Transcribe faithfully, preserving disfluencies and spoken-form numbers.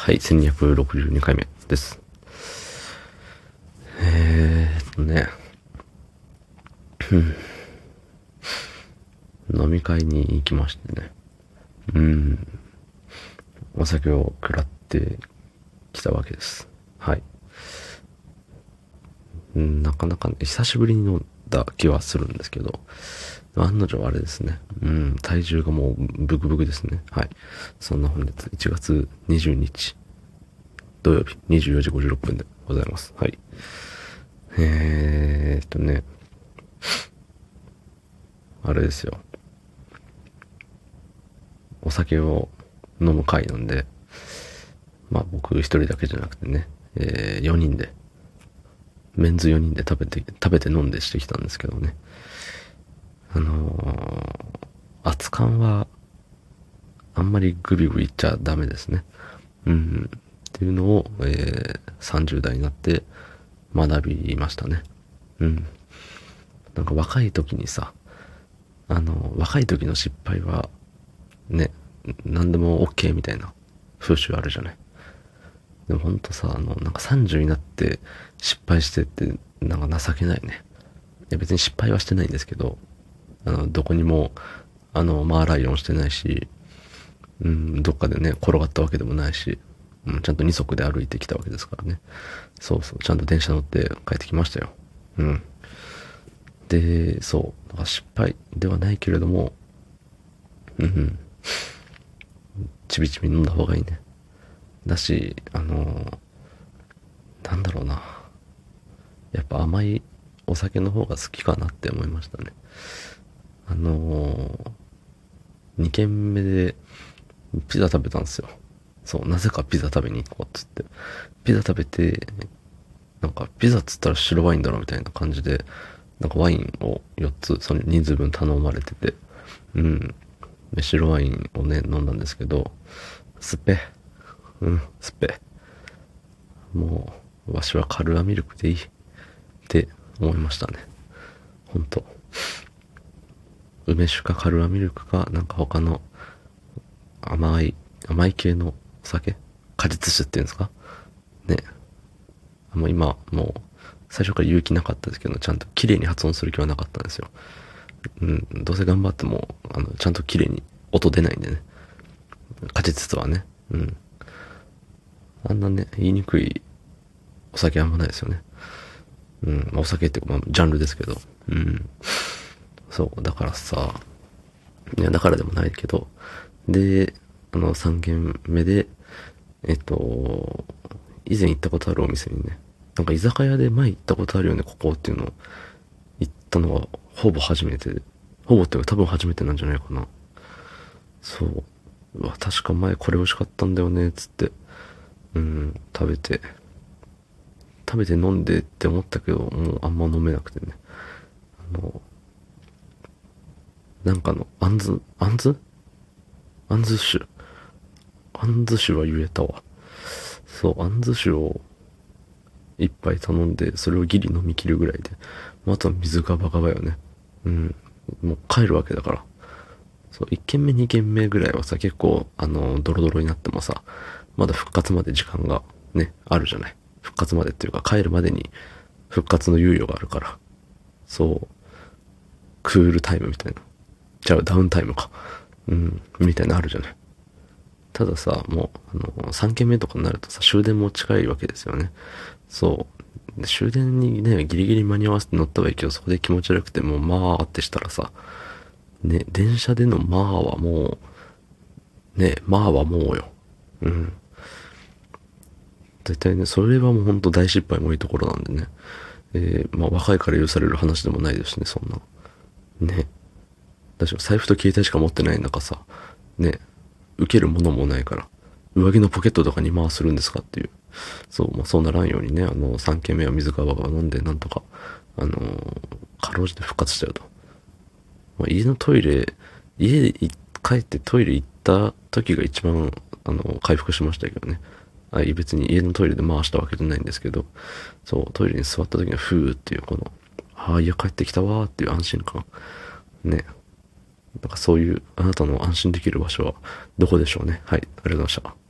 はい、せんにひゃくろくじゅうにかいめです。えーっとね、飲み会に行きましてね。うん。お酒を食らってきたわけです。はい。うん、なかなかね、久しぶりに飲んだ気はするんですけど、案の定あれですね。うん、体重がもうブクブクですね。はい。そんな本日、いちがつにじゅうににち、土曜日、にじゅうよじごじゅうろっぷんでございます。はい。えーっとね、あれですよ。お酒を飲む会なんで、まあ僕一人だけじゃなくてね、えー、よにんで、メンズよにんで食べて、食べて飲んでしてきたんですけどね。あのー、熱燗はあんまりグビグビいっちゃダメですね。うん。っていうのを、えー、さんじゅう代になって学びましたね。うん。なんか若い時にさ、あの、若い時の失敗は、ね、何でも OK みたいな風習あるじゃない。でもほんとさ、あの、なんかさんじゅうになって失敗してって、なんか情けないね。いや別に失敗はしてないんですけど、あの、どこにも、あの、マーライオンしてないし、うん、どっかでね、転がったわけでもないし、うん、ちゃんとに足で歩いてきたわけですからね。そうそう、ちゃんと電車乗って帰ってきましたよ。うん。で、そう、なんか失敗ではないけれども、うん、ちびちび飲んだ方がいいね。だし、あのーなんだろうな。やっぱ甘いお酒の方が好きかなって思いましたね。あのー、にけんめでピザ食べたんですよ。そう、なぜかピザ食べに行こうっつって。ピザ食べて、なんかピザっつったら白ワインだろみたいな感じで、なんかワインをよっつ、その人数分頼まれてて、うん。で、白ワインをね、飲んだんですけど、すっぺ。うん、すっぺ。もう、わしはカルアミルクでいいって思いましたね。ほんと。梅酒かカルアミルクか、なんか他の甘い、甘い系のお酒果実酒っていうんですかね。もう今、もう、最初から言う気なかったですけど、ちゃんと綺麗に発音する気はなかったんですよ。うん、どうせ頑張っても、あの、ちゃんと綺麗に音出ないんでね。果実はね。うん。あんなね、言いにくいお酒あんまないですよね。うん。まあ、お酒っていうか、まあ、ジャンルですけど。うん。そう、だからさ、いや、だからでもないけど、で、あの、さんけんめで、えっと、以前行ったことあるお店にね、なんか居酒屋で前行ったことあるよね、ここっていうのを行ったのはほぼ初めてで、ほぼっていうか多分初めてなんじゃないかな。そう。うわ、確か前これ美味しかったんだよね、つって。うん、食べて、食べて飲んでって思ったけど、もうあんま飲めなくてね。あの、なんかの、あんず、あんずあんず酒。あんず酒は言えたわ。そう、あんず酒を一杯頼んで、それをギリ飲み切るぐらいで、もうあとは水がバカバよね。うん。もう帰るわけだから。そう、いっけんめにけんめぐらいはさ、結構、あの、ドロドロになってもさ、まだ復活まで時間がね、あるじゃない。復活までっていうか、帰るまでに復活の猶予があるから。そう、クールタイムみたいな。じゃあ、ダウンタイムか。うん、みたいなのあるじゃない。たださ、もう、あの、さんけんめとかになるとさ、終電も近いわけですよね。そう。で終電にね、ギリギリ間に合わせて乗ったはいいけど、そこで気持ち悪くて、もう、まあってしたらさ、ね、電車でのまあはもう、ね、まあはもうよ。うん。絶対ね、それはもうほんと大失敗もいいところなんでね。えー、まあ若いから許される話でもないですしね、そんな。ね。だし、財布と携帯しか持ってない中さ、ね、受けるものもないから、上着のポケットとかに回するんですかっていう。そう、まあそうならんようにね、あの、さんけんめは水川が飲んで、なんとか、あのー、かろうじて復活したよと。まあ、家のトイレ、家で帰ってトイレ行った時が一番、あの、回復しましたけどね。あ、別に家のトイレで回したわけじゃないんですけど、そう、トイレに座った時のフーっていうこの、ああ、家帰ってきたわーっていう安心感。ね。なんかそういう、あなたの安心できる場所はどこでしょうね。はい、ありがとうございました。